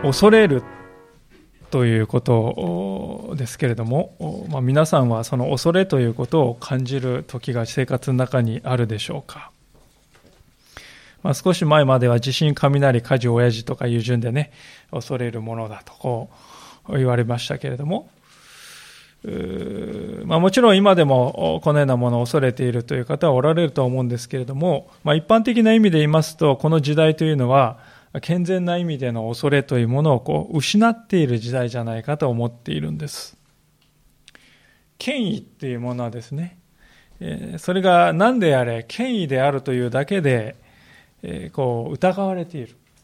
恐れるということですけれども、皆さんはその恐れということを感じる時が生活の中にあるでしょうか。少し前までは地震、雷、火事、親父とかいう順でね、恐れるものだとこう言われましたけれども、もちろん今でもこのようなものを恐れているという方はおられると思うんですけれども、一般的な意味で言いますと、この時代というのは健全な意味での恐れというものを失っている時代じゃないかと思っているんです。権威っていうものはですね、それが何であれ権威であるというだけで疑われてい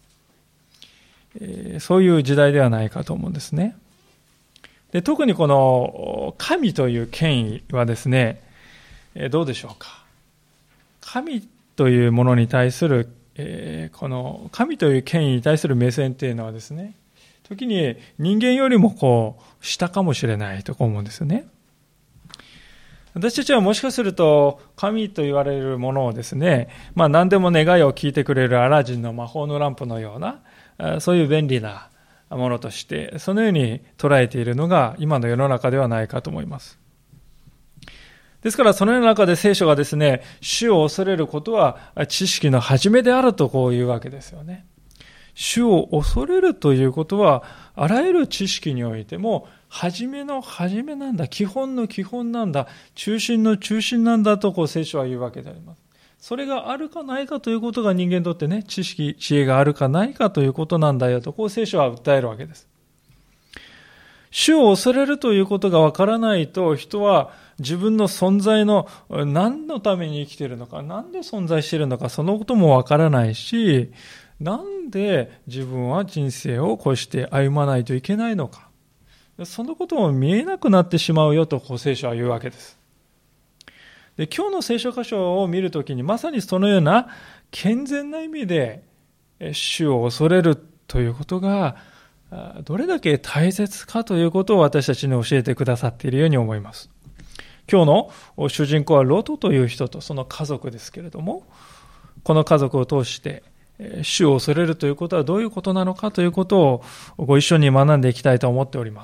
る、そういう時代ではないかと思うんですね。で、特にこの神という権威はですね、どうでしょうか。神というものに対するこの神という権威に対する目線っていうのはですね、時に人間よりも下かもしれないと思うんですよね。私たちはもしかすると神と言われるものをですね、何でも願いを聞いてくれるアラジンの魔法のランプのような、そういう便利なものとしてそのように捉えているのが今の世の中ではないかと思います。ですからそのような中で聖書がですね、主を恐れることは知識の始めであるとこういうわけですよね。主を恐れるということはあらゆる知識においても初めの初めなんだ、基本の基本なんだ、中心の中心なんだと聖書は言うわけであります。それがあるかないかということが人間にとってね、知識、知恵があるかないかということなんだよと聖書は訴えるわけです。主を恐れるということがわからないと、人は自分の存在の何のために生きているのか、何で存在しているのか、そのこともわからないし、なんで自分は人生をこうして歩まないといけないのか、そのことも見えなくなってしまうよと聖書は言うわけです。で、今日の聖書箇所を見るときにまさにそのような健全な意味で主を恐れるということがどれだけ大切かということを私たちに教えてくださっているように思います。今日の主人公はロトという人とその家族ですけれども、この家族を通して主を恐れるということはどういうことなのかということをご一緒に学んでいきたいと思っております。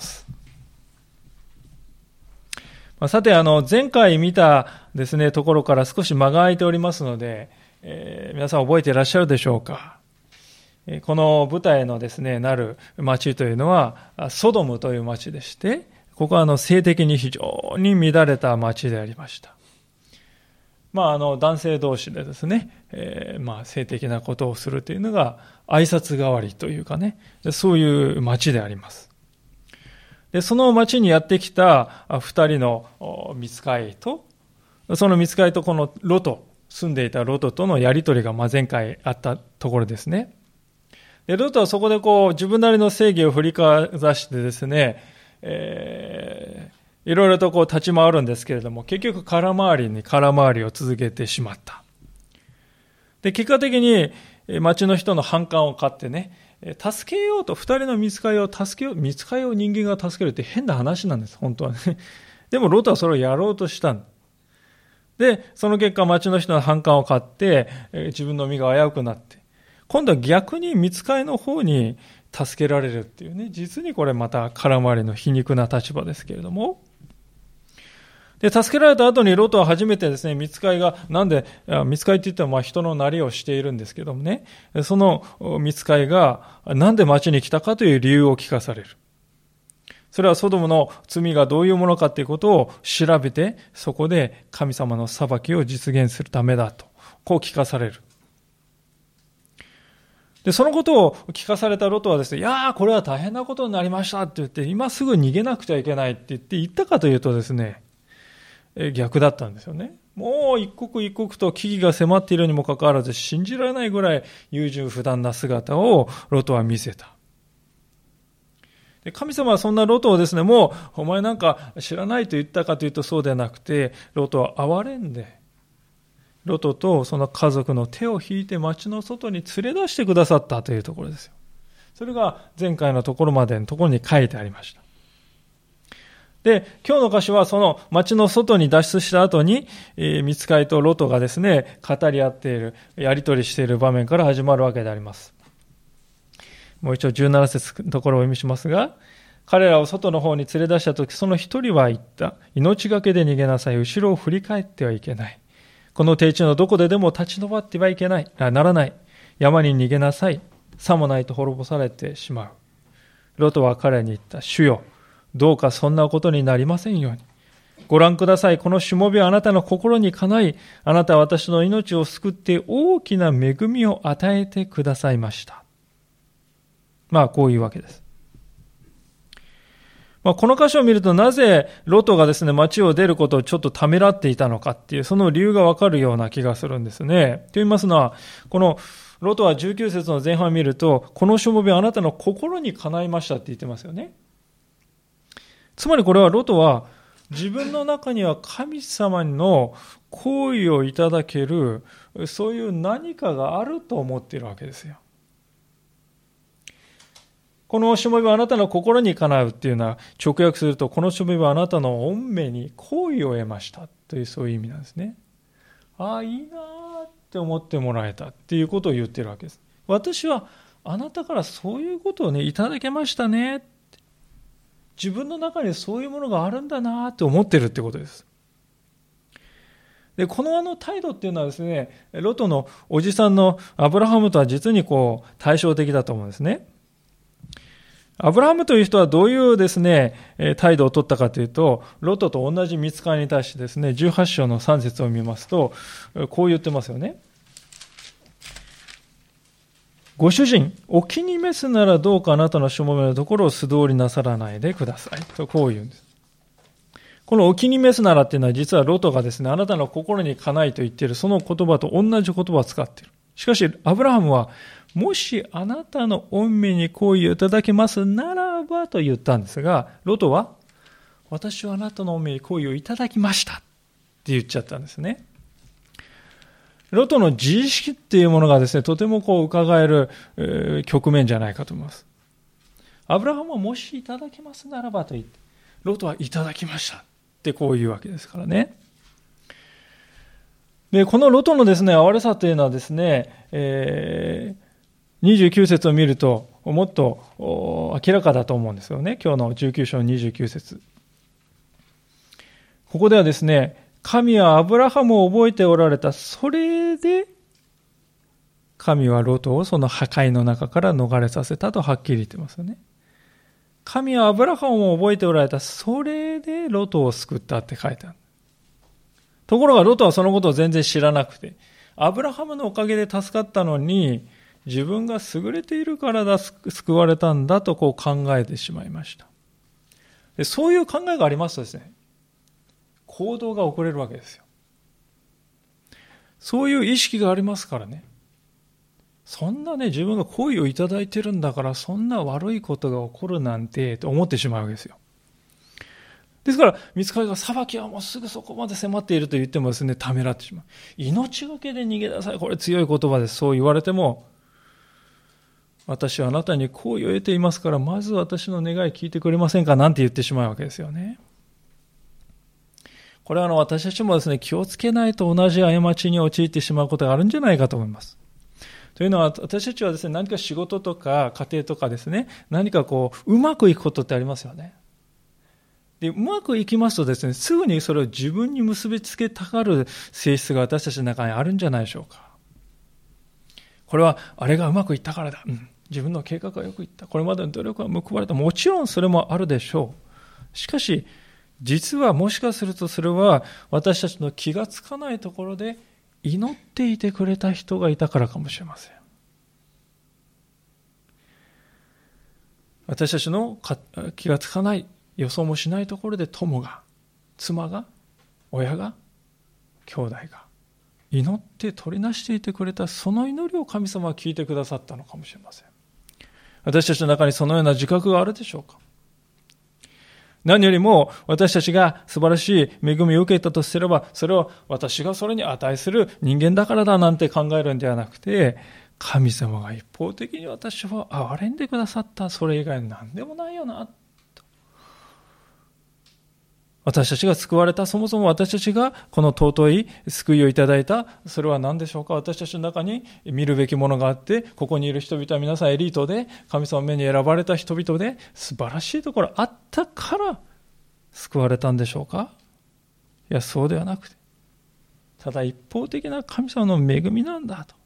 さて、前回見たですね、ところから少し間が空いておりますので、皆さん覚えていらっしゃるでしょうか。この舞台のですね、なる町というのは、ソドムという町でして、ここは性的に非常に乱れた町でありました。男性同士でですね、性的なことをするというのが挨拶代わりというかね、そういう町であります。で、その町にやってきた二人の御使いと、その御使いとこのロト、住んでいたロトとのやりとりが前回あったところですね。で、ロトはそこで自分なりの正義を振りかざしてですね、いろいろと立ち回るんですけれども、結局空回りを続けてしまった。で、結果的に町の人の反感を買ってね、助けようと、二人の御使いを助けよう、御使いを人間が助けるって変な話なんです、本当はね。でもロトはそれをやろうとしたんで、その結果町の人の反感を買って、自分の身が危うくなって、今度は逆に御使いの方に助けられるっていうね、実にこれまた空回りの皮肉な立場ですけれども、で、助けられた後にロトは初めてですね、御使いが、御使いって言っても人のなりをしているんですけどもね、その御使いがなんで町に来たかという理由を聞かされる。それはソドムの罪がどういうものかということを調べて、そこで神様の裁きを実現するためだと、聞かされる。で、そのことを聞かされたロトはですね、いやー、これは大変なことになりましたって言って、今すぐ逃げなくちゃいけないって言ったかというとですね、逆だったんですよね。もう一刻一刻と危機が迫っているにもかかわらず、信じられないぐらい優柔不断な姿をロトは見せた。で、神様はそんなロトをですね、もうお前なんか知らないと言ったかというとそうではなくて、ロトは憐れんで、ロトとその家族の手を引いて町の外に連れ出してくださったというところですよ。それが前回のところまでのところに書いてありました。で、今日の箇所はその町の外に脱出した後に、御使いとロトがですね、語り合っている、やり取りしている場面から始まるわけであります。 もう一度17節のところをお読みしますが、彼らを外の方に連れ出したとき、その一人は言った。命がけで逃げなさい。後ろを振り返ってはいけない。この低地のどこででも立ち止まってはいけない。ならない。山に逃げなさい。さもないと滅ぼされてしまう。ロトは彼に言った。主よ、どうかそんなことになりませんように。ご覧ください。このしもべはあなたの心にかない、あなたは私の命を救って大きな恵みを与えてくださいました。こういうわけです。この箇所を見ると、なぜロトがですね、町を出ることをちょっとためらっていたのかっていう、その理由がわかるような気がするんですね。と言いますのは、このロトは19節の前半を見ると、このしもべはあなたの心にかないましたって言ってますよね。つまりこれはロトは、自分の中には神様の行為をいただける、そういう何かがあると思っているわけですよ。このしもべはあなたの心にかなうっていうのは、直訳すると、このしもべはあなたの御目に好意を得ましたという、そういう意味なんですね。ああ、いいなって思ってもらえたっていうことを言ってるわけです。私はあなたからそういうことをね、いただけましたね。自分の中にそういうものがあるんだなって思ってるってことです。で、この態度っていうのはですね、ロトのおじさんのアブラハムとは実に対照的だと思うんですね。アブラハムという人はどういうですね、態度を取ったかというと、ロトと同じ御使いに対してですね、18章の3節を見ますと、こう言ってますよね。ご主人、お気に召すならどうかあなたのしもべのところを素通りなさらないでください。とこう言うんです。このお気に召すならっていうのは実はロトがですね、あなたの心にかないと言っているその言葉と同じ言葉を使っている。しかし、アブラハムは、もしあなたの御目に好意をいただけますならばと言ったんですが、ロトは、私はあなたの御目に好意をいただきましたって言っちゃったんですね。ロトの自意識っていうものがですね、とても伺える、局面じゃないかと思います。アブラハムはもしいただけますならばと言って、ロトはいただきましたってこういうわけですからね。で、このロトのですね、哀れさというのはですね、29節を見るともっと明らかだと思うんですよね。今日の19章29節。ここではですね、神はアブラハムを覚えておられた。それで神はロトをその破壊の中から逃れさせたとはっきり言ってますよね。神はアブラハムを覚えておられた。それでロトを救ったって書いてある。ところがロトはそのことを全然知らなくて、アブラハムのおかげで助かったのに、自分が優れているから救われたんだと考えてしまいました。で、そういう考えがありますとですね、行動が遅れるわけですよ。そういう意識がありますからね。そんなね、自分が好意をいただいてるんだから、そんな悪いことが起こるなんて、と思ってしまうわけですよ。ですから、御使いが裁きはもうすぐそこまで迫っていると言ってもですね、ためらってしまう。命がけで逃げなさい。これ強い言葉です。そう言われても、私はあなたに好意を得ていますから、まず私の願い聞いてくれませんかなんて言ってしまうわけですよね。これは私たちもですね、気をつけないと同じ過ちに陥ってしまうことがあるんじゃないかと思います。というのは、私たちはですね、何か仕事とか家庭とかですね、何かうまくいくことってありますよね。で、うまくいきますとですね、すぐにそれを自分に結びつけたがる性質が私たちの中にあるんじゃないでしょうか。これは、あれがうまくいったからだ。自分の計画がよくいった。これまでの努力が報われた。もちろんそれもあるでしょう。しかし、実はもしかするとそれは私たちの気がつかないところで祈っていてくれた人がいたからかもしれません。私たちの気がつかない、予想もしないところで友が、妻が、親が、兄弟が祈って取りなしていてくれた、その祈りを神様は聞いてくださったのかもしれません。私たちの中にそのような自覚があるでしょうか。何よりも私たちが素晴らしい恵みを受けたとすれば、それを私がそれに値する人間だからだなんて考えるんではなくて、神様が一方的に私を憐れんでくださった、それ以外何でもないよなと。 私たちが救われた、そもそも私たちがこの尊い救いをいただいた、それは何でしょうか。私たちの中に見るべきものがあって、ここにいる人々は皆さんエリートで、神様の目に選ばれた人々で、素晴らしいところあったから救われたんでしょうか。いや、そうではなくて、ただ一方的な神様の恵みなんだと。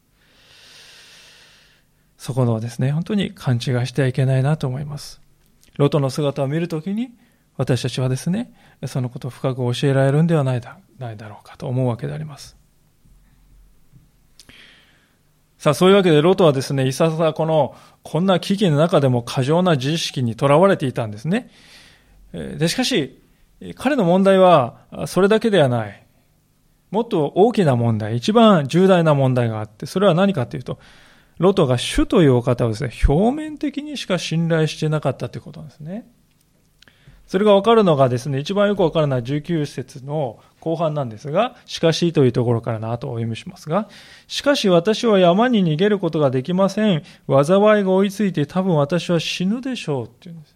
そこのですね、本当に勘違いしてはいけないなと思います。ロトの姿を見るときに、私たちはですね、そのことを深く教えられるんではないだろうかと思うわけであります。さあ、そういうわけでロトはですね、いささこんな危機の中でも過剰な自意識にとらわれていたんですね。で、しかし、彼の問題はそれだけではない。もっと大きな問題、一番重大な問題があって、それは何かというと、ロトが主というお方をですね、表面的にしか信頼していなかったということなんですね。それが分かるのがですね、一番よく分かるのは19節の後半なんですが、しかしというところからの後をお読みしますが、しかし私は山に逃げることができません。災いが追いついて多分私は死ぬでしょうっていうんです。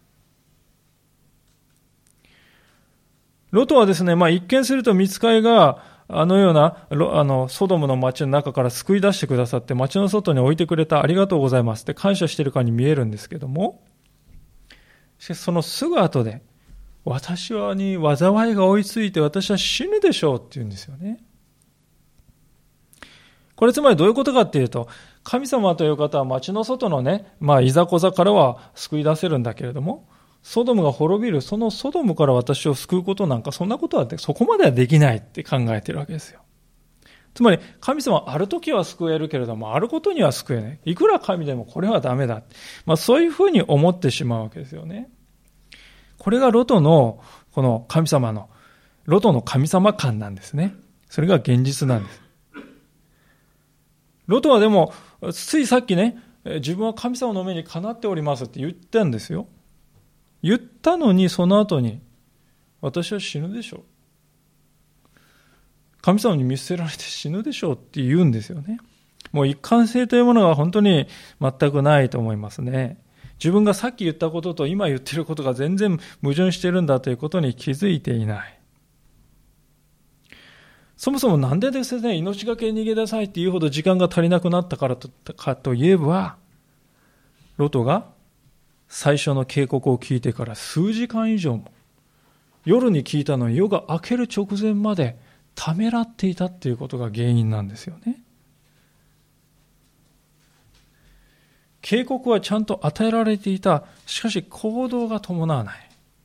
ロトはですね、一見すると御使いがあのようなソドムの町の中から救い出してくださって町の外に置いてくれた、ありがとうございますって感謝しているかに見えるんですけども、しかしそのすぐ後で、私に災いが追いついて私は死ぬでしょうって言うんですよね。これつまりどういうことかっていうと、神様という方は町の外のね、いざこざからは救い出せるんだけれども、ソドムが滅びる、そのソドムから私を救うことなんか、そんなことはそこまではできないって考えているわけですよ。つまり神様はある時は救えるけれども、あることには救えない。いくら神でもこれはダメだ。そういうふうに思ってしまうわけですよね。これがロトのこの神様のロトの神様観なんですね。それが現実なんです。ロトはでもついさっきね、自分は神様の目にかなっておりますって言ったんですよ。言ったのにその後に私は死ぬでしょう。神様に見捨てられて死ぬでしょうって言うんですよね。もう一貫性というものが本当に全くないと思いますね。自分がさっき言ったことと今言っていることが全然矛盾しているんだということに気づいていない。そもそもなんでですね、命がけに逃げなさいっていうほど時間が足りなくなったからかといえば、ロトが最初の警告を聞いてから数時間以上も、夜に聞いたのに夜が明ける直前までためらっていたっていうことが原因なんですよね。警告はちゃんと与えられていた。しかし行動が伴わない。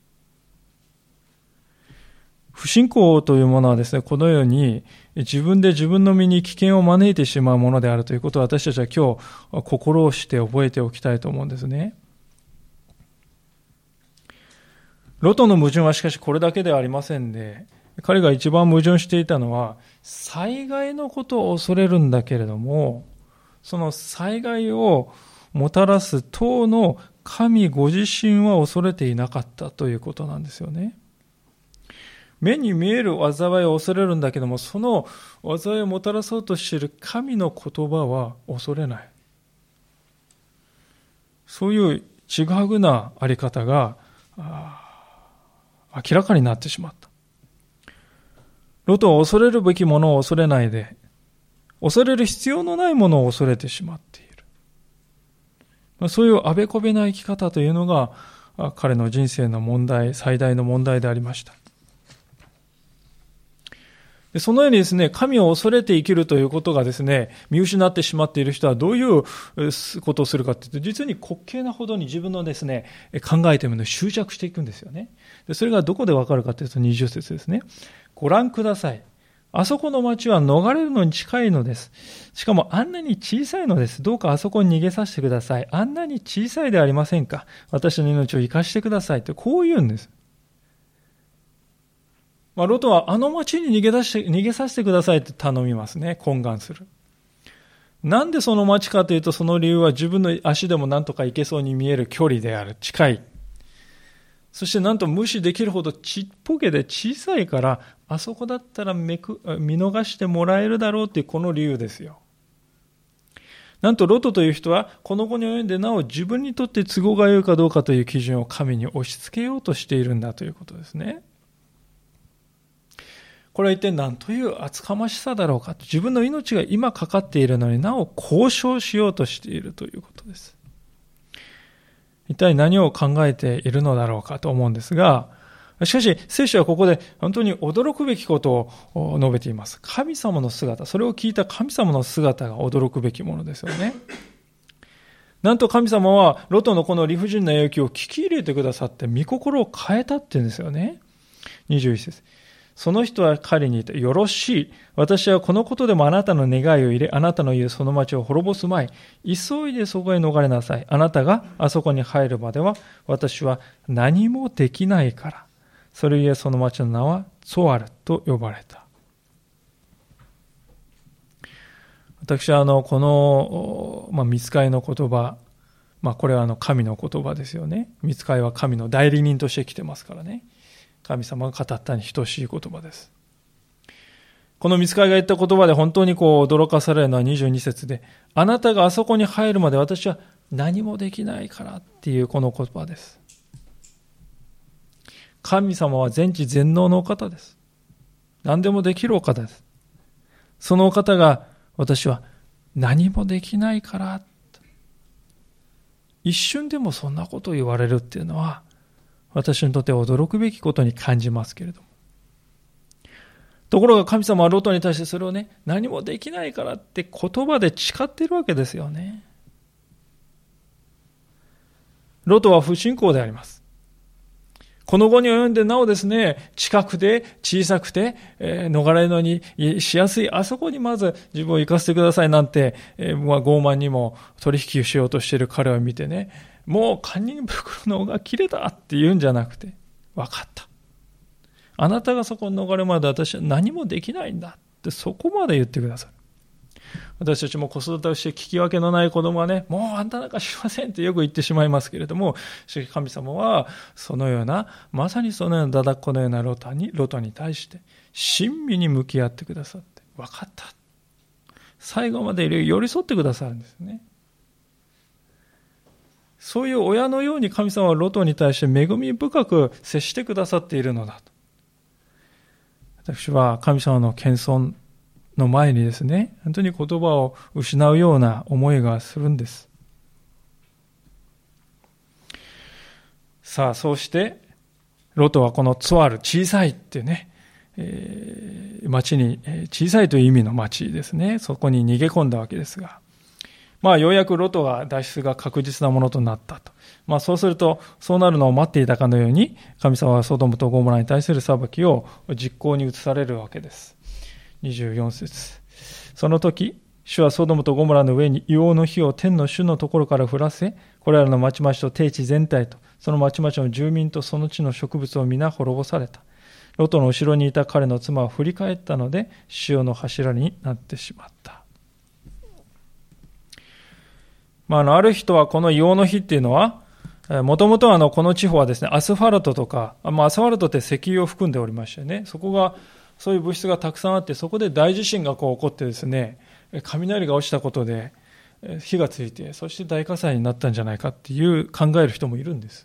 不信仰というものはですね、このように自分で自分の身に危険を招いてしまうものであるということを私たちは今日心をして覚えておきたいと思うんですね。ロトの矛盾はしかしこれだけではありませんで、彼が一番矛盾していたのは災害のことを恐れるんだけれども、その災害をもたらす当の神ご自身は恐れていなかったということなんですよね。目に見える災いを恐れるんだけども、その災いをもたらそうとしている神の言葉は恐れない。そういうちぐはぐなあり方が明らかになってしまった。ロトは恐れるべきものを恐れないで、恐れる必要のないものを恐れてしまっている。そういうあべこべな生き方というのが彼の人生の問題、最大の問題でありました。そのようにですね、神を恐れて生きるということがですね、見失ってしまっている人はどういうことをするかというと、実に滑稽なほどに自分のですね、考えているものに執着していくんですよね。でそれがどこでわかるかというと20節ですね。ご覧ください。あそこの町は逃れるのに近いのです。しかもあんなに小さいのです。どうかあそこに逃げさせてください。あんなに小さいではありませんか。私の命を生かしてくださいとこう言うんです。ロトはあの町に逃げさせてくださいって頼みますね。懇願する。なんでその町かというと、その理由は自分の足でもなんとか行けそうに見える距離である。近い。そしてなんと無視できるほどちっぽけで小さいから、あそこだったら見逃してもらえるだろうっていうこの理由ですよ。なんとロトという人はこの後に及んでなお自分にとって都合が良いかどうかという基準を神に押し付けようとしているんだということですね。 これは一体何という厚かましさだろうかと。自分の命が今かかっているのになお交渉しようとしているということです。一体何を考えているのだろうかと思うんですが、しかし聖書はここで本当に驚くべきことを述べています。神様の姿、それを聞いた神様の姿が驚くべきものですよね。なんと神様はロトのこの理不尽な要求を聞き入れてくださって御心を変えたって言うんですよね。21節。その人は彼に言った。よろしい。私はこのことでもあなたの願いを入れ、あなたの言うその町を滅ぼす前、急いでそこへ逃れなさい。あなたがあそこに入るまでは、私は何もできないから。それゆえその町の名はツォアルと呼ばれた。私はこの、御使いの言葉、これは神の言葉ですよね。御使いは神の代理人として来てますからね。神様が語ったに等しい言葉です。この御使いが言った言葉で本当に驚かされるのは22節で、あなたがあそこに入るまで私は何もできないからっていうこの言葉です。神様は全知全能のお方です。何でもできるお方です。そのお方が私は何もできないから一瞬でもそんなことを言われるっていうのは私にとって驚くべきことに感じますけれども、ところが神様はロトに対してそれをね、何もできないからって言葉で誓っているわけですよね。ロトは不信仰であります。この後に及んでなおですね、近くで小さくて、逃れるのにしやすい、あそこにまず自分を行かせてくださいなんて、傲慢にも取引しようとしている彼を見てね、もう堪忍袋の緒が切れたって言うんじゃなくて、分かった。あなたがそこに逃れるまで私は何もできないんだってそこまで言ってくださる。私たちも子育てをして聞き分けのない子供はね、もうあんたなんか知りませんってよく言ってしまいますけれども、しかし神様はそのような、まさにそのようなだだっこのようなロトに対して親身に向き合ってくださって、分かった。最後まで寄り添ってくださるんですね。そういう親のように神様はロトに対して恵み深く接してくださっているのだと。私は神様の謙遜の前にですね、本当に言葉を失うような思いがするんです。さあ、そうしてロトはこのツォアル、小さいってね、町に、小さいという意味の町ですね、そこに逃げ込んだわけですが、ようやくロトが脱出が確実なものとなったと。そうすると、そうなるのを待っていたかのように、神様はソドムとゴモラに対する裁きを実行に移されるわけです。24節。その時、主はソドムとゴモラの上に硫黄の火を天の主のところから降らせ、これらの町々と低地全体と、その町々の住民とその地の植物を皆滅ぼされた。ロトの後ろにいた彼の妻は振り返ったので、潮の柱になってしまった。ある人はこの硫黄の火っていうのは、もともとこの地方はですね、アスファルトとか、アスファルトって石油を含んでおりましてね、そこが、そういう物質がたくさんあって、そこで大地震が起こってですね、雷が落ちたことで火がついて、そして大火災になったんじゃないかっていう考える人もいるんです。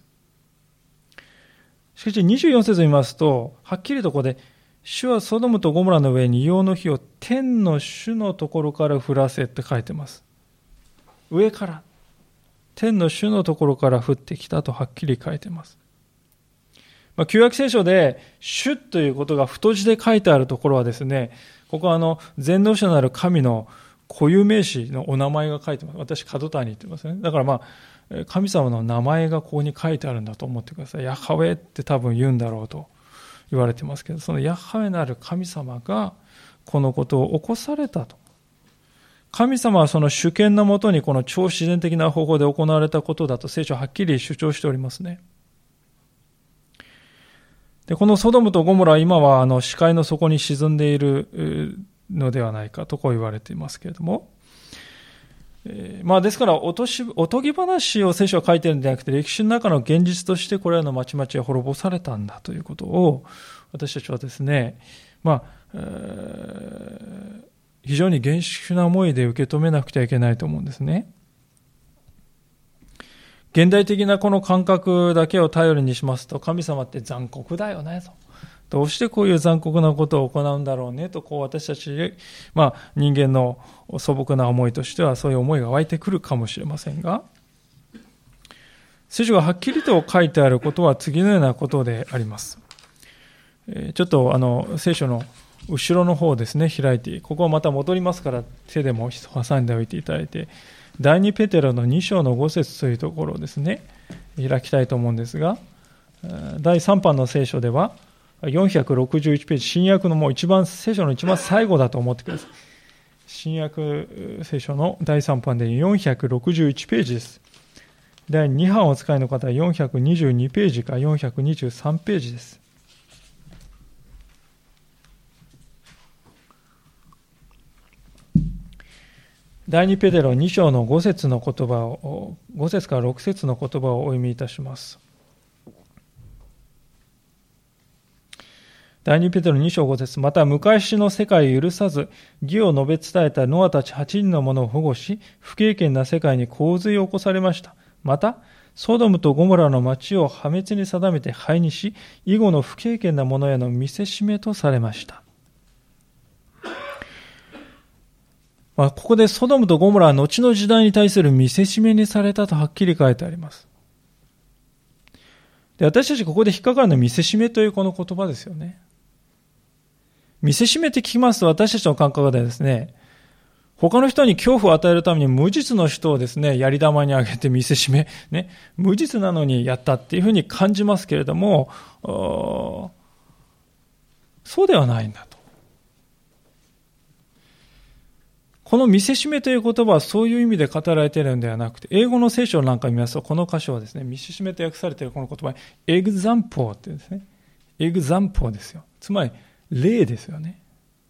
しかし24節を見ますと、はっきりとここで、主はソドムとゴモラの上に硫黄の火を天の主のところから降らせって書いてます。上から、天の主のところから降ってきたとはっきり書いてます。旧約聖書で主ということが太字で書いてあるところはですね、ここは全能者なる神の固有名詞のお名前が書いてます。私、角谷って言ってますね。だから神様の名前がここに書いてあるんだと思ってください。ヤハウェって多分言うんだろうと言われてますけど、そのヤハウェなる神様がこのことを起こされたと。神様はその主権のもとにこの超自然的な方法で行われたことだと聖書ははっきり主張しておりますね。で、このソドムとゴモラは今は視界の底に沈んでいるのではないかとこう言われていますけれども、ですからおとぎ話を聖書は書いているんじゃなくて、歴史の中の現実としてこれらの町々は滅ぼされたんだということを私たちはですね、非常に厳粛な思いで受け止めなくてはいけないと思うんですね。 現代的なこの感覚だけを頼りにしますと、神様って残酷だよねと。どうしてこういう残酷なことを行うんだろうねと、私たち、人間の素朴な思いとしてはそういう思いが湧いてくるかもしれませんが、聖書がはっきりと書いてあることは次のようなことであります。ちょっと聖書の後ろの方ですね、開いて、ここはまた戻りますから手でも挟んでおいていただいて、第2ペテロの2章の5節というところをですね、開きたいと思うんですが、第3版の聖書では461ページ、新約のもう聖書の一番最後だと思ってください。新約聖書の第3版で461ページです。第2版をお使いの方は422ページか423ページです。第2ペテロ2章の5節の言葉を、5節から6節の言葉をお読みいたします。第2ペテロ2章5節、また昔の世界を許さず、義を述べ伝えたノアたち8人の者を保護し、不敬虔な世界に洪水を起こされました。また、ソドムとゴモラの町を破滅に定めて灰にし、以後の不敬虔な者への見せしめとされました。ここでソドムとゴモラは後の時代に対する見せしめにされたとはっきり書いてあります。で、私たちここで引っかかるのは見せしめというこの言葉ですよね。見せしめって聞きますと、私たちの感覚ではですね、他の人に恐怖を与えるために無実の人をですね、やり玉にあげて見せしめ、ね、無実なのにやったっていうふうに感じますけれども、そうではないんだと。この見せしめという言葉はそういう意味で語られているのではなくて、英語の聖書なんか見ますと、この箇所はですね、見せしめと訳されているこの言葉は、エグザンポーってですね、エグザンポーですよ。つまり、例ですよね。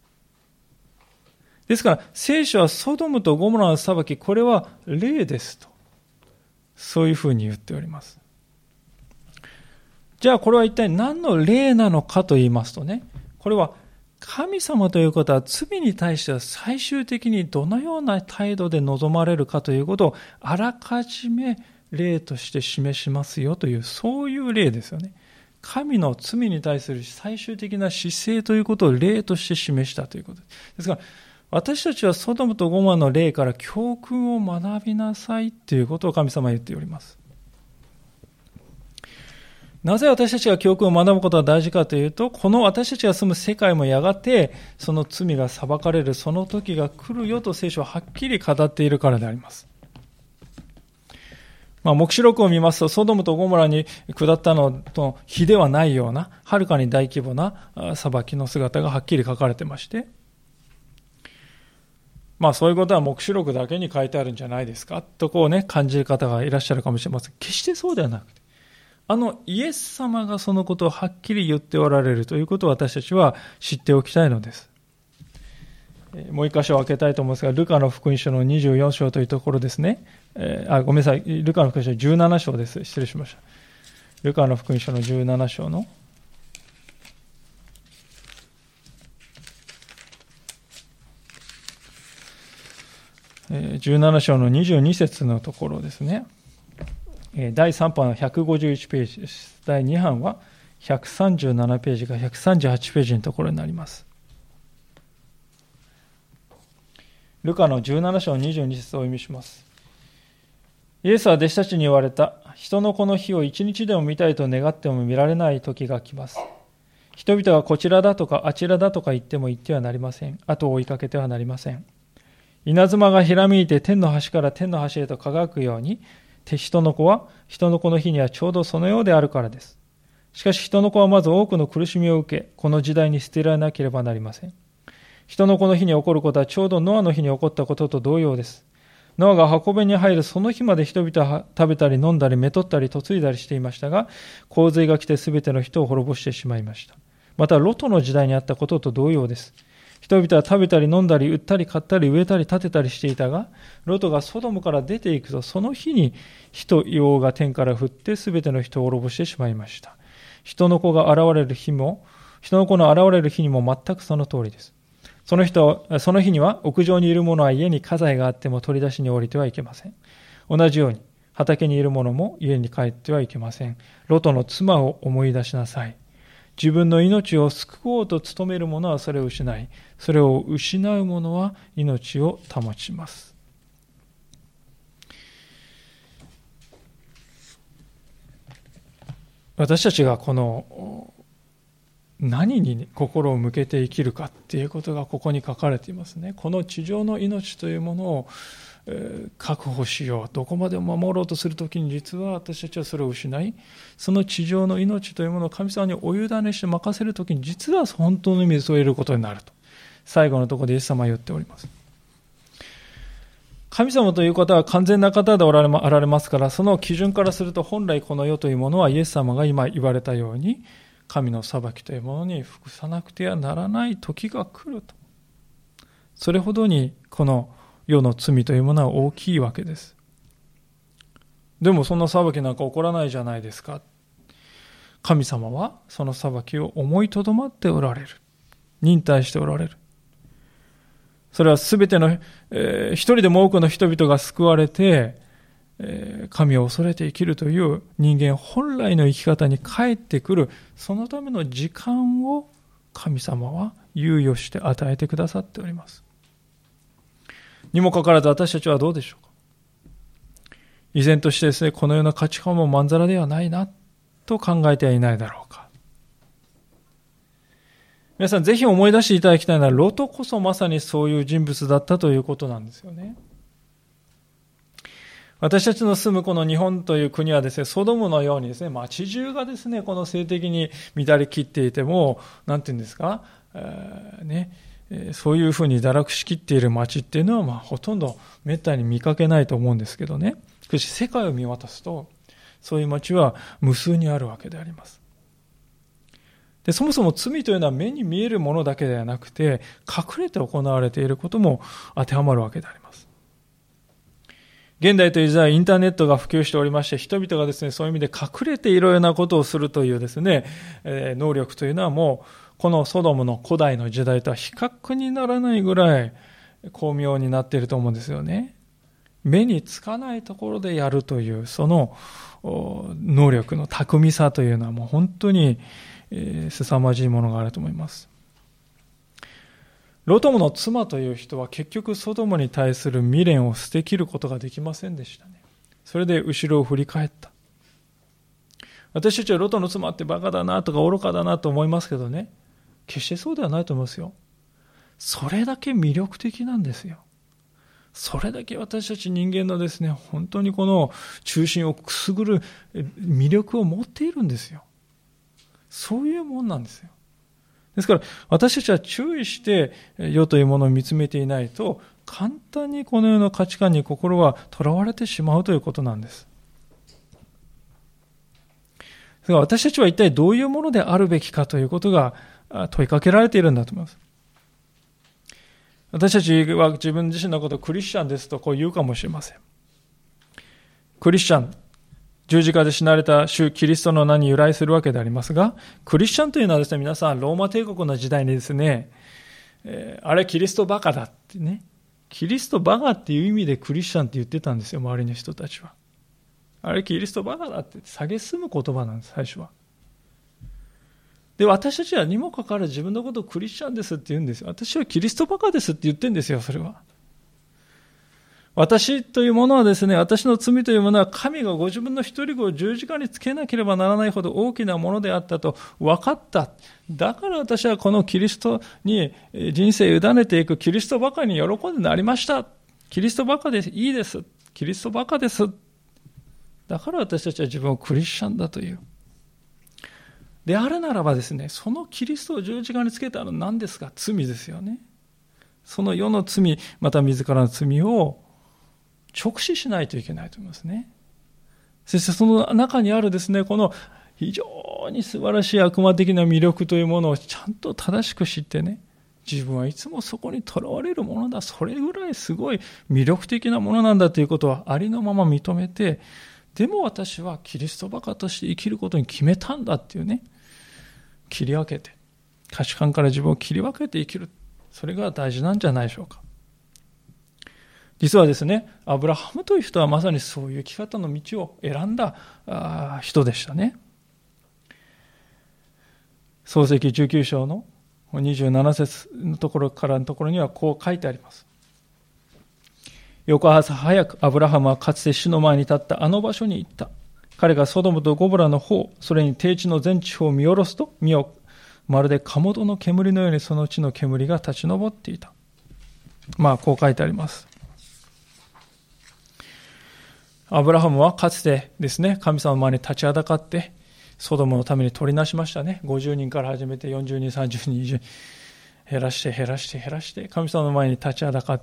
ですから、聖書はソドムとゴモラの裁き、これは例ですと。そういうふうに言っております。じゃあ、これは一体何の例なのかと言いますとね、これは神様ということは罪に対しては最終的にどのような態度で臨まれるかということをあらかじめ例として示しますよという、そういう例ですよね。神の罪に対する最終的な姿勢ということを例として示したということです。ですから、私たちはソドムとゴモラの例から教訓を学びなさいということを神様は言っております。なぜ私たちが教訓を学ぶことが大事かというと、この私たちが住む世界もやがてその罪が裁かれるその時が来るよと聖書ははっきり語っているからであります。黙示録を見ますと、ソドムとゴモラに下ったのと比ではないような、はるかに大規模な裁きの姿がはっきり書かれてまして、そういうことは黙示録だけに書いてあるんじゃないですかと感じる方がいらっしゃるかもしれません。決してそうではなくて、イエス様がそのことをはっきり言っておられるということを私たちは知っておきたいのです。もう一箇所を開けたいと思うんですが、ルカの福音書の24章というところですね。ごめんなさい。ルカの福音書17章です。失礼しました。ルカの福音書の17章の17章の22節のところですね。第3版は151ページです。第2版は137ページか138ページのところになります。ルカの17章22節をお読みします。イエスは弟子たちに言われた。人の子の日を一日でも見たいと願っても見られない時が来ます。人々がこちらだとかあちらだとか言っても言ってはなりません。後を追いかけてはなりません。稲妻がひらめいて天の端から天の端へと輝くように、人の子の日にはちょうどそのようであるからです。しかし人の子はまず多くの苦しみを受け、この時代に捨てられなければなりません。人の子の日に起こることはちょうどノアの日に起こったことと同様です。ノアが箱舟に入るその日まで人々は食べたり飲んだりめとったり嫁いだりしていましたが、洪水が来てすべての人を滅ぼしてしまいました。またロトの時代にあったことと同様です。人々は食べたり飲んだり売ったり買ったり植えたり建てたりしていたが、ロトがソドムから出ていくと、その日に火と硫黄が天から降ってすべての人を滅ぼしてしまいました。人の子の現れる日にも全くその通りです。その日には屋上にいる者は家に家財があっても取り出しに降りてはいけません。同じように畑にいる者も家に帰ってはいけません。ロトの妻を思い出しなさい。自分の命を救おうと努める者はそれを失い、それを失う者は命を保ちます。私たちがこの何に心を向けて生きるかっていうことがここに書かれていますね。この地上の命というものを確保しよう、どこまでも守ろうとするときに、実は私たちはそれを失い、その地上の命というものを神様にお委ねして任せるときに、実は本当の意味でそう得ることになると、最後のところでイエス様は言っております。神様という方は完全な方であられますから、その基準からすると本来この世というものはイエス様が今言われたように神の裁きというものに服さなくてはならない時が来ると。それほどにこの世の罪というものは大きいわけです。でもそんな裁きなんか起こらないじゃないですか。神様はその裁きを思いとどまっておられる。忍耐しておられる。それはすべての、一人でも多くの人々が救われて、神を恐れて生きるという人間本来の生き方に帰ってくる、そのための時間を神様は猶予して与えてくださっております。にもかかわらず私たちはどうでしょうか。依然としてですね、このような価値観もまんざらではないなと考えてはいないだろうか。皆さんぜひ思い出していただきたいのは、ロトこそまさにそういう人物だったということなんですよね。私たちの住むこの日本という国はですね、ソドムのようにですね、街中がですね、この性的に乱れ切っていても、なんていうんですか、そういうふうに堕落しきっている街っていうのは、ほとんどめったに見かけないと思うんですけどね。しかし世界を見渡すと、そういう街は無数にあるわけであります。で、そもそも罪というのは目に見えるものだけではなくて、隠れて行われていることも当てはまるわけであります。現代という時代、インターネットが普及しておりまして、人々がですね、そういう意味で隠れていろいろなことをするというですね、能力というのはもう、このソドムの古代の時代とは比較にならないぐらい巧妙になっていると思うんですよね。目につかないところでやるという、その能力の巧みさというのはもう本当に凄まじいものがあると思います。ロトムの妻という人は結局ソドムに対する未練を捨てきることができませんでしたね。それで後ろを振り返った。私たちはロトの妻ってバカだなとか愚かだなと思いますけどね、決してそうではないと思いますよ。それだけ魅力的なんですよ。それだけ私たち人間のですね、本当にこの中心をくすぐる魅力を持っているんですよ。そういうもんなんですよ。ですから私たちは注意して世というものを見つめていないと、簡単にこの世の価値観に心はとらわれてしまうということなんです。ですから私たちは一体どういうものであるべきかということが問いかけられているんだと思います。私たちは自分自身のことをクリスチャンですとこう言うかもしれません。クリスチャン、十字架で死なれた主キリストの名に由来するわけでありますが、クリスチャンというのはですね、皆さんローマ帝国の時代にですね、あれキリストバカだってね、キリストバカっていう意味でクリスチャンって言ってたんですよ、周りの人たちは。あれキリストバカだって蔑む言葉なんです、最初は。で、私たちはにもかかわらず自分のことをクリスチャンですって言うんですよ。私はキリストバカですって言ってるんですよ、それは。私というものはですね、私の罪というものは神がご自分の一人子を十字架につけなければならないほど大きなものであったと分かった。だから私はこのキリストに人生を委ねていくキリストバカに喜んでなりました。キリストバカでいいです。キリストバカです。だから私たちは自分をクリスチャンだという。であるならばですね、そのキリストを十字架につけたのは何ですか？罪ですよね。その世の罪、また自らの罪を直視しないといけないと思いますね。そしてその中にあるですね、この非常に素晴らしい悪魔的な魅力というものをちゃんと正しく知ってね、自分はいつもそこにとらわれるものだ、それぐらいすごい魅力的なものなんだということはありのまま認めて、でも私はキリストバカとして生きることに決めたんだっていうね、切り分けて、価値観から自分を切り分けて生きる、それが大事なんじゃないでしょうか。 実はですね、アブラハムという人はまさにそういう生き方の道を選んだ人でしたね。創世記19章の27節のところからのところにはこう書いてあります。翌朝早くアブラハムはかつて主の前に立ったあの場所に行った。彼がソドムとゴモラの方、それに低地の全地方を見下ろすと、見よ、まるでかもどの煙のようにその地の煙が立ち上っていた。こう書いてあります。アブラハムはかつてですね、神様の前に立ちはだかって、ソドムのために取りなしましたね。50人から始めて40人、30人、20人、減らして、神様の前に立ちはだかって、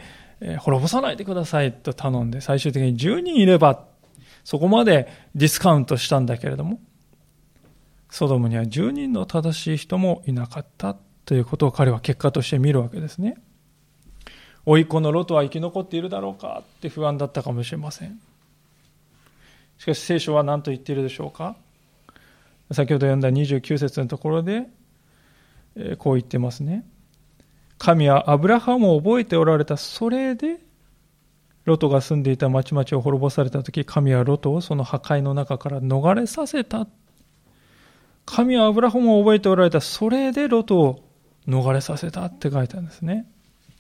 滅ぼさないでくださいと頼んで、最終的に10人いれば、そこまでディスカウントしたんだけれども、ソドムには10人の正しい人もいなかったということを彼は結果として見るわけですね。甥っ子のロトは生き残っているだろうかって不安だったかもしれません。しかし聖書は何と言っているでしょうか。先ほど読んだ29節のところで、こう言ってますね。神はアブラハムを覚えておられた。それでロトが住んでいた町々を滅ぼされたとき、神はロトをその破壊の中から逃れさせた。神はアブラハムを覚えておられた。それでロトを逃れさせたって書いてあるんですね。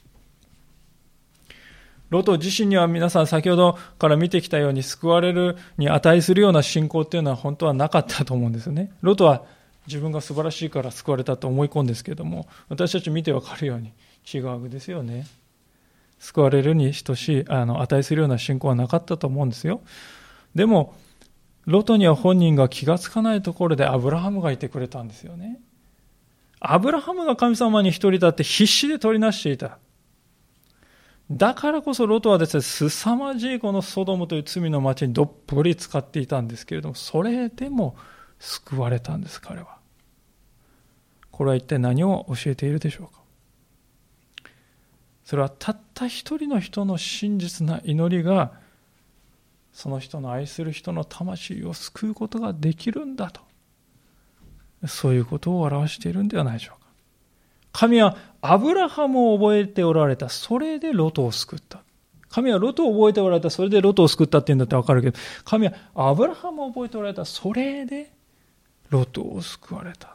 ロト自身には皆さん先ほどから見てきたように救われるに値するような信仰っていうのは本当はなかったと思うんですよね。ロトは自分が素晴らしいから救われたと思い込んですけれども、私たち見てわかるように違うわけですよね。救われるに等しい、値するような信仰はなかったと思うんですよ。でも、ロトには本人が気がつかないところでアブラハムがいてくれたんですよね。アブラハムが神様に一人立って必死で取りなしていた。だからこそロトはですね、凄まじいこのソドムという罪の町にどっぷり使っていたんですけれども、それでも救われたんです、彼は。これは一体何を教えているでしょうか。それはたった一人の人の真実な祈りが、その人の愛する人の魂を救うことができるんだと。そういうことを表しているんではないでしょうか。神はアブラハムを覚えておられた。それでロトを救った。神はロトを覚えておられた。それでロトを救ったって言うんだったらわかるけど、神はアブラハムを覚えておられた。それでロトを救われた。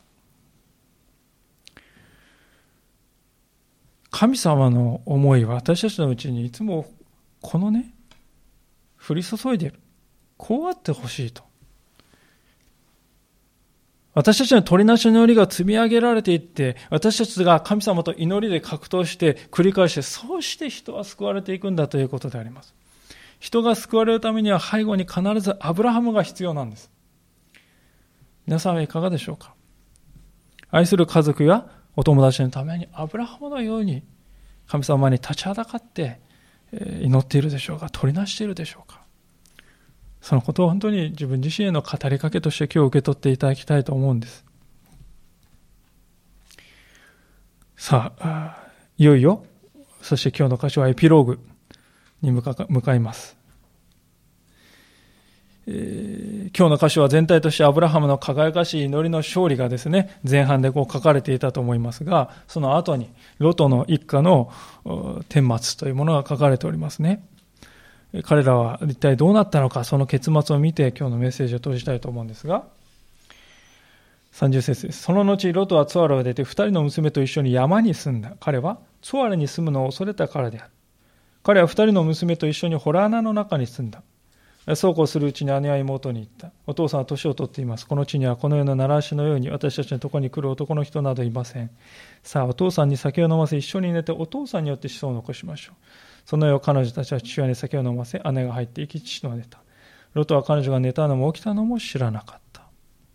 神様の思いは私たちのうちにいつもこのね、降り注いでいる。こうあってほしいと。私たちの取りなしの祈りが積み上げられていって、私たちが神様と祈りで格闘して繰り返して、そうして人は救われていくんだということであります。人が救われるためには背後に必ずアブラハムが必要なんです。皆さんはいかがでしょうか。愛する家族やお友達のためにアブラハムのように神様に立ちはだかって祈っているでしょうか。取りなしているでしょうか。そのことを本当に自分自身への語りかけとして今日受け取っていただきたいと思うんです。さあ、いよいよ、そして今日の箇所はエピローグに向かいます。今日の箇所は全体としてアブラハムの輝かしい祈りの勝利がですね、前半でこう書かれていたと思いますが、その後にロトの一家の顛末というものが書かれておりますね。彼らは一体どうなったのか、その結末を見て今日のメッセージを閉じたいと思うんですが、30節です。その後ロトはツアラを出て2人の娘と一緒に山に住んだ。彼はツアラに住むのを恐れたからである。彼は2人の娘と一緒に洞穴の中に住んだ。そうこうするうちに姉は妹に言った。お父さんは年を取っています。この地にはこの世の習わしのように私たちのところに来る男の人などいません。さあお父さんに酒を飲ませ一緒に寝てお父さんによって子孫を残しましょう。その夜彼女たちは父親に酒を飲ませ姉が入っていき父は寝た。ロトは彼女が寝たのも起きたのも知らなかった。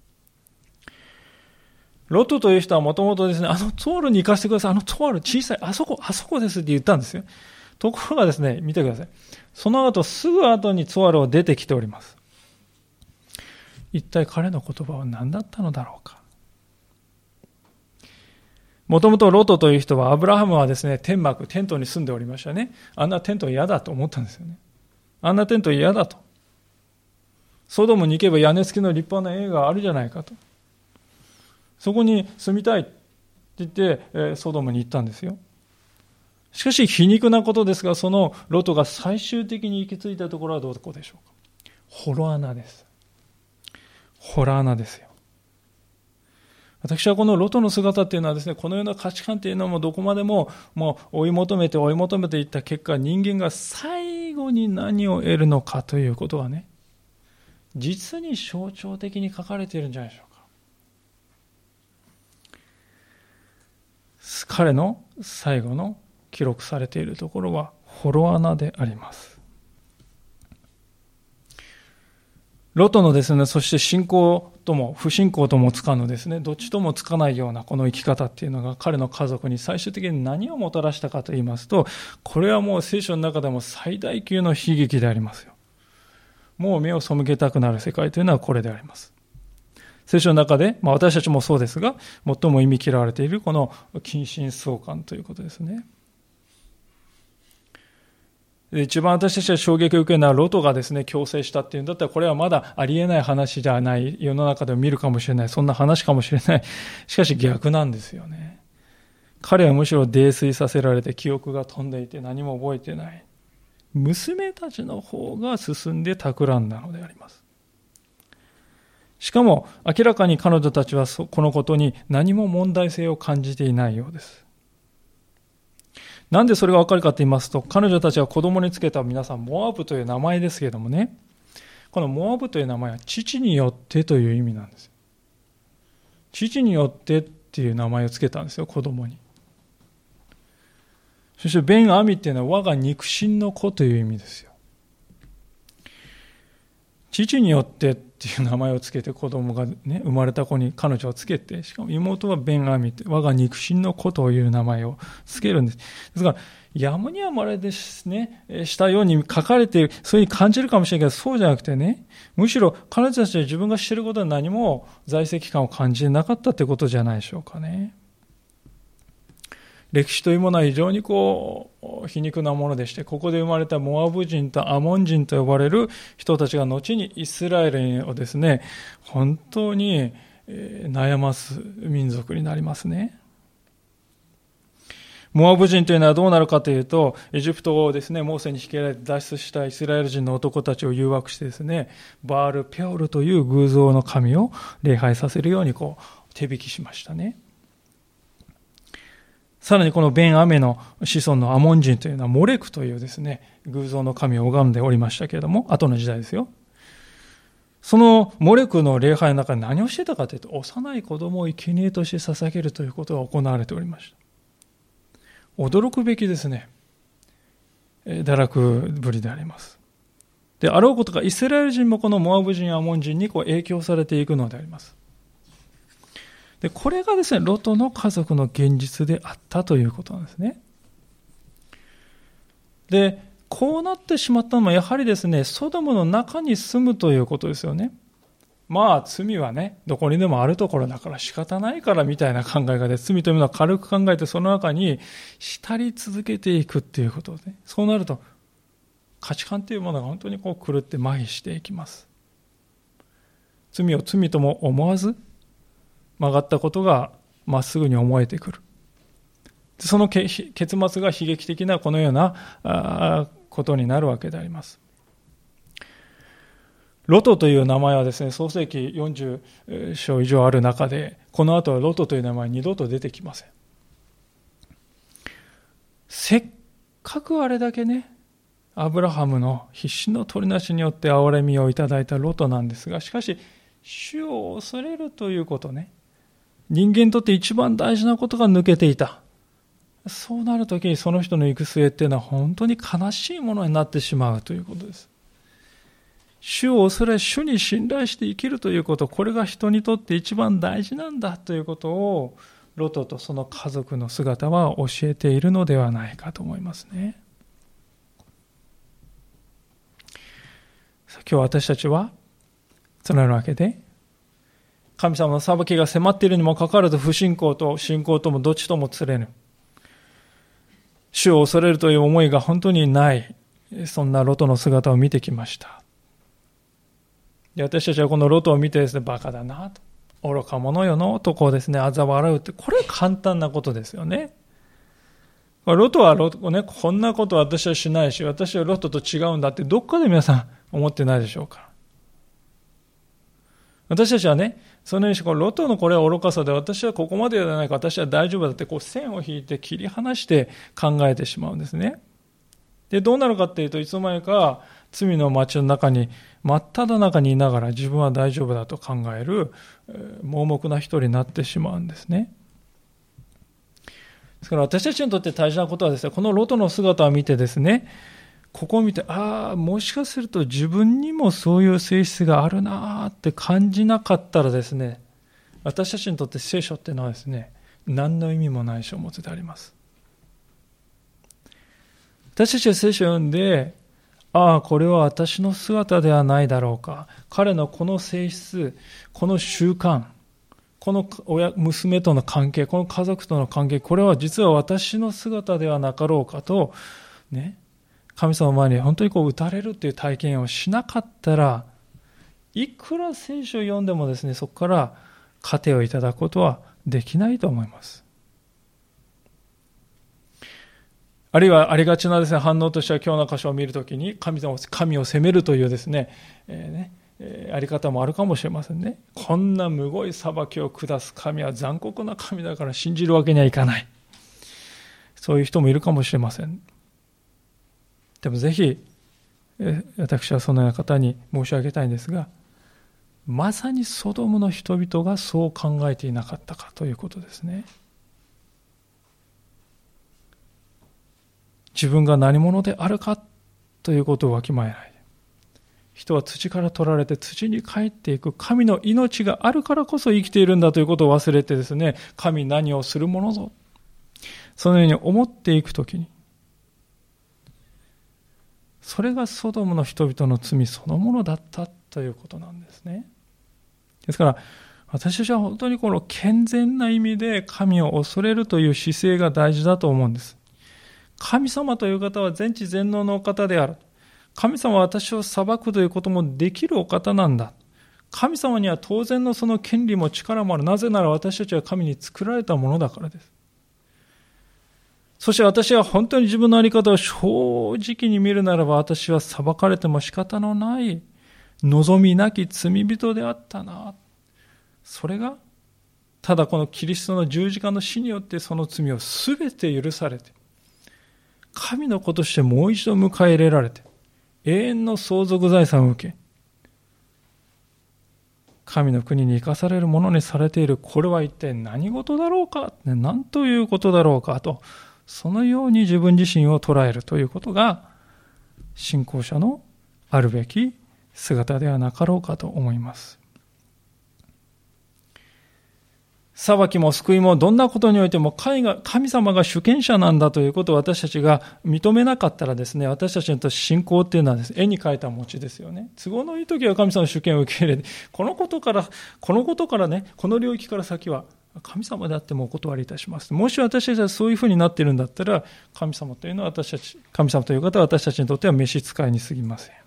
ロトという人はもともとですね、ツォールに行かせてください。ツォール小さい、あそこですって言ったんですよ。ところがですね、見てください。その後、すぐ後にツォールを出てきております。一体彼の言葉は何だったのだろうか。もともとロトという人は、アブラハムはですね、テントに住んでおりましたね。あんなテント嫌だと思ったんですよね。あんなテント嫌だと。ソドムに行けば屋根付きの立派な家があるじゃないかと。そこに住みたいって言って、ソドムに行ったんですよ。ししかし皮肉なことですが、そのロトが最終的に行き着いたところはどこでしょうか。洞穴です。洞穴ですよ。私はこのロトの姿っていうのはですね、このような価値観っていうのもどこまでも追い求めていった結果、人間が最後に何を得るのかということはね、実に象徴的に書かれているんじゃないでしょうか。彼の最後の記録されているところは洞穴であります。ロトのですね、そして信仰とも不信仰ともつかぬですね、どっちともつかないようなこの生き方っていうのが彼の家族に最終的に何をもたらしたかと言いますと、これはもう聖書の中でも最大級の悲劇でありますよ。もう目を背けたくなる世界というのはこれであります。聖書の中で、私たちもそうですが、最も忌み嫌われているこの近親相関ということですね。一番私たちが衝撃を受けるのはロトがですね、強制したっていうんだったら、これはまだありえない話じゃない、世の中でも見るかもしれない、そんな話かもしれない。しかし逆なんですよね。彼はむしろ泥酔させられて記憶が飛んでいて何も覚えてない。娘たちの方が進んで企んだのであります。しかも明らかに彼女たちはこのことに何も問題性を感じていないようです。なんでそれがわかるかと言いますと、彼女たちが子供につけた皆さんモアブという名前ですけれどもね、このモアブという名前は父によってという意味なんです。父によってっていう名前をつけたんですよ、子供に。そしてベンアミっていうのは我が肉親の子という意味ですよ。父によってっていう名前をつけて子供がね、生まれた子に彼女をつけて、しかも妹はベンアミって我が肉親の子という名前をつけるんです。ですから、やむにはまれですね、したように書かれている、そういうふうに感じるかもしれないけど、そうじゃなくてね、むしろ彼女たちは自分が知ることは何も在籍感を感じなかったということじゃないでしょうかね。歴史というものは非常に皮肉なものでして、ここで生まれたモアブ人とアモン人と呼ばれる人たちが後にイスラエルをですね、本当に悩ます民族になりますね。モアブ人というのはどうなるかというと、エジプトをですね、モーセに引きられて脱出したイスラエル人の男たちを誘惑してですね、バール・ペオルという偶像の神を礼拝させるように手引きしましたね。さらにこのベンアメの子孫のアモン人というのはモレクというですね、偶像の神を拝んでおりましたけれども、後の時代ですよ。そのモレクの礼拝の中で何をしてたかというと、幼い子供を生贄として捧げるということが行われておりました。驚くべきですね、堕落ぶりであります。であろうことがイスラエル人もこのモアブ人アモン人に影響されていくのであります。でこれがですね、ロトの家族の現実であったということなんですね。でこうなってしまったのはやはりですね、ソドムの中に住むということですよね。罪はね、どこにでもあるところだから仕方ないからみたいな考え方で、罪というものは軽く考えてその中に浸り続けていくっていうことで、そうなると価値観というものが本当に狂って麻痺していきます。罪を罪とも思わず、曲がったことがまっすぐに思えてくる。その結末が悲劇的なこのようなことになるわけであります。ロトという名前はですね、創世記40章以上ある中で、この後はロトという名前は二度と出てきません。せっかくあれだけね、アブラハムの必死の取りなしによって憐れみをいただいたロトなんですが、しかし主を恐れるということね、人間にとって一番大事なことが抜けていた。そうなるときにその人の行く末っていうのは本当に悲しいものになってしまうということです。主を恐れ、主に信頼して生きるということ、これが人にとって一番大事なんだということをロトとその家族の姿は教えているのではないかと思いますね。今日私たちはそのようなわけで、神様の裁きが迫っているにもかかわらず不信仰と信仰ともどっちともつれぬ、主を恐れるという思いが本当にない、そんなロトの姿を見てきました。で私たちはこのロトを見てですね、バカだなと、愚か者よのとですね、嘲笑うって、これは簡単なことですよね。 ロトはロトね、こんなこと私はしないし、私はロトと違うんだってどっかで皆さん思ってないでしょうか。私たちはね、そのようにロトのこれは愚かさで、私はここまでではないか、私は大丈夫だって線を引いて切り離して考えてしまうんですね。で、どうなるかっていうと、いつの間にか罪の町の中に、真っ只中にいながら自分は大丈夫だと考える盲目な人になってしまうんですね。ですから私たちにとって大事なことはですね、このロトの姿を見てですね、ここを見て、もしかすると自分にもそういう性質があるなって感じなかったらですね、私たちにとって聖書っていうのはですね、何の意味もない書物であります。私たちは聖書を読んで、これは私の姿ではないだろうか。彼のこの性質、この習慣、この娘との関係、この家族との関係、これは実は私の姿ではなかろうかと、ね、神様の前に本当に打たれるという体験をしなかったら、いくら聖書を読んでもですね、そこから糧をいただくことはできないと思います。あるいはありがちなですね、反応としては今日の箇所を見るときに神を責めるというですね、あり方もあるかもしれませんね。こんなむごい裁きを下す神は残酷な神だから信じるわけにはいかない。そういう人もいるかもしれません。でもぜひ私はそのような方に申し上げたいんですが、まさにソドムの人々がそう考えていなかったかということですね。自分が何者であるかということをわきまえない。人は土から取られて土に帰っていく。神の命があるからこそ生きているんだということを忘れてですね、神何をするものぞ、そのように思っていくときに、それがソドムの人々の罪そのものだったということなんですね。ですから私たちは本当にこの健全な意味で神を恐れるという姿勢が大事だと思うんです。神様という方は全知全能のお方である。神様は私を裁くということもできるお方なんだ。神様には当然のその権利も力もある。なぜなら私たちは神に作られたものだからです。そして私は本当に自分の在り方を正直に見るならば、私は裁かれても仕方のない望みなき罪人であったな。それがただこのキリストの十字架の死によってその罪をすべて許されて、神の子としてもう一度迎え入れられて、永遠の相続財産を受け、神の国に生かされるものにされている。これは一体何事だろうか、何ということだろうかと、そのように自分自身を捉えるということが信仰者のあるべき姿ではなかろうかと思います。裁きも救いもどんなことにおいても神様が主権者なんだということを私たちが認めなかったらですね、私たちにとって信仰っていうのはですね、絵に描いた餅ですよね。都合のいい時は神様の主権を受け入れて、このことからね、この領域から先は神様であってもお断りいたします。もし私たちはそういうふうになっているんだったら、神様というのは神様という方は私たちにとっては召使いに過ぎません。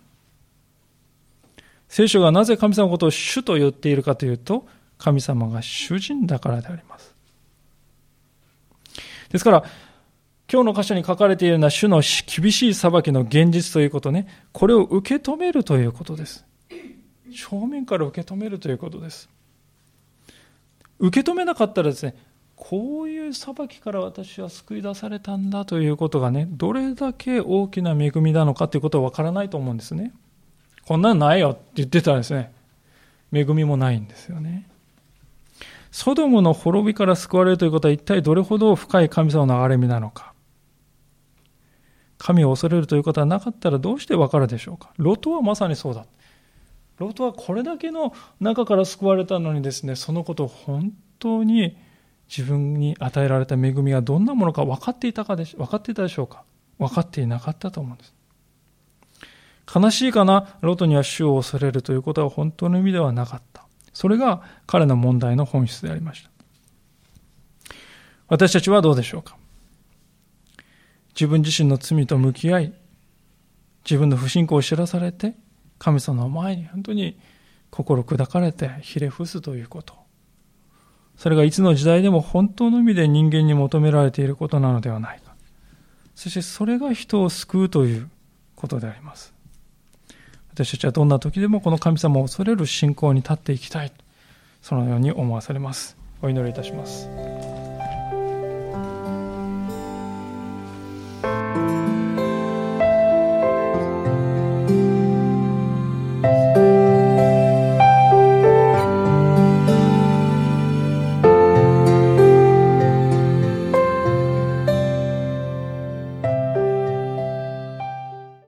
聖書がなぜ神様のことを主と言っているかというと、神様が主人だからであります。ですから今日の箇所に書かれているような主の厳しい裁きの現実ということね、これを受け止めるということです。正面から受け止めるということです。受け止めなかったらですね、こういう裁きから私は救い出されたんだということがね、どれだけ大きな恵みなのかということは分からないと思うんですね。こんなのないよって言ってたらですね、恵みもないんですよね。ソドムの滅びから救われるということは一体どれほど深い神様の憐れみなのか。神を恐れるということはなかったらどうして分かるでしょうか。ロトはまさにそうだ。ロトはこれだけの中から救われたのにですね、そのことを本当に自分に与えられた恵みがどんなものか分かっていたでしょうか。分かっていなかったと思うんです。悲しいかな、ロトには主を恐れるということは本当の意味ではなかった。それが彼の問題の本質でありました。私たちはどうでしょうか。自分自身の罪と向き合い、自分の不信仰を知らされて、神様の前に本当に心砕かれてひれ伏すということ。それがいつの時代でも本当の意味で人間に求められていることなのではないか。 そしてそれが人を救うということであります。私たちはどんな時でもこの神様を恐れる信仰に立っていきたい、そのように思わされます。お祈りいたします。